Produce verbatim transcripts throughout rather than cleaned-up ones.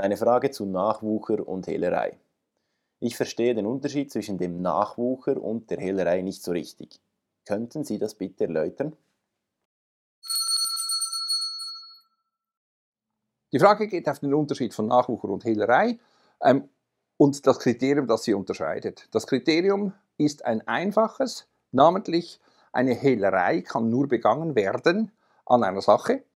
Eine Frage zu Nachwucher und Hehlerei. Ich verstehe den Unterschied zwischen dem Nachwucher und der Hehlerei nicht so richtig. Könnten Sie das bitte erläutern? Die Frage geht auf den Unterschied von Nachwucher und Hehlerei ähm, und das Kriterium, das sie unterscheidet. Das Kriterium ist ein einfaches, namentlich eine Hehlerei kann nur begangen werden an einer Sache.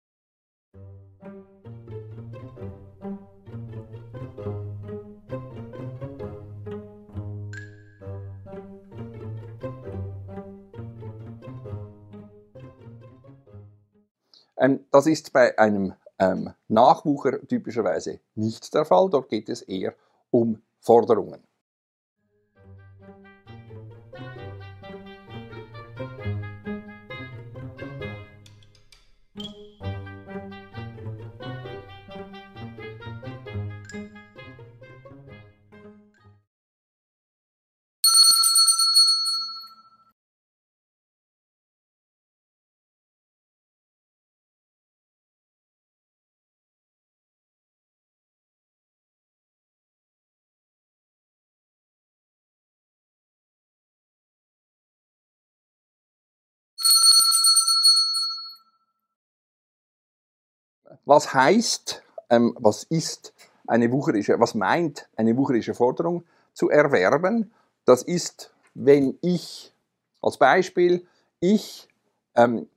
Ähm, das ist bei einem ähm, Nachwucher typischerweise nicht der Fall. Dort geht es eher um Forderungen. Was heißt, ähm, was ist eine wucherische, was meint eine wucherische Forderung zu erwerben? Das ist, wenn ich, als Beispiel, ich ähm,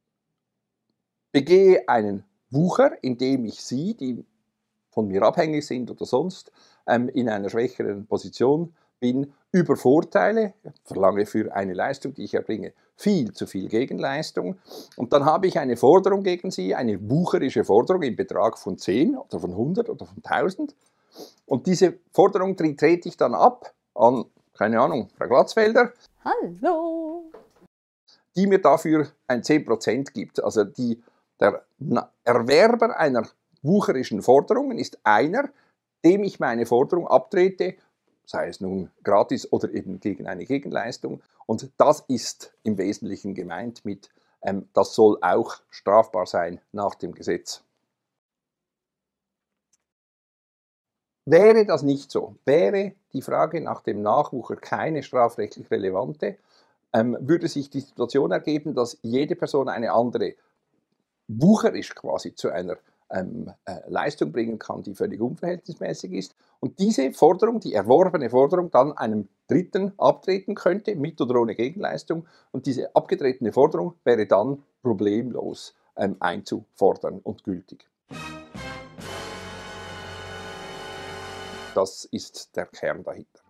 begehe einen Wucher, indem ich Sie, die von mir abhängig sind oder sonst, ähm, in einer schwächeren Position bin, übervorteile, verlange für eine Leistung, die ich erbringe, viel zu viel Gegenleistung. Und dann habe ich eine Forderung gegen Sie, eine wucherische Forderung im Betrag von zehn oder von hundert oder von tausend. Und diese Forderung trete ich dann ab an, keine Ahnung, Frau Glatzfelder. Hallo! Die mir dafür ein zehn Prozent gibt. Also die, der Erwerber einer wucherischen Forderung ist einer, dem ich meine Forderung abtrete, sei es nun gratis oder eben gegen eine Gegenleistung. Und das ist im Wesentlichen gemeint mit, ähm, das soll auch strafbar sein nach dem Gesetz. Wäre das nicht so, wäre die Frage nach dem Nachwucher keine strafrechtlich relevante, ähm, würde sich die Situation ergeben, dass jede Person eine andere wucherisch quasi zu einer ähm, äh, Leistung bringen kann, die völlig unverhältnismäßig ist. Und diese Forderung, die erworbene Forderung, dann einem Dritten abtreten könnte, mit oder ohne Gegenleistung. Und diese abgetretene Forderung wäre dann problemlos ähm, einzufordern und gültig. Das ist der Kern dahinter.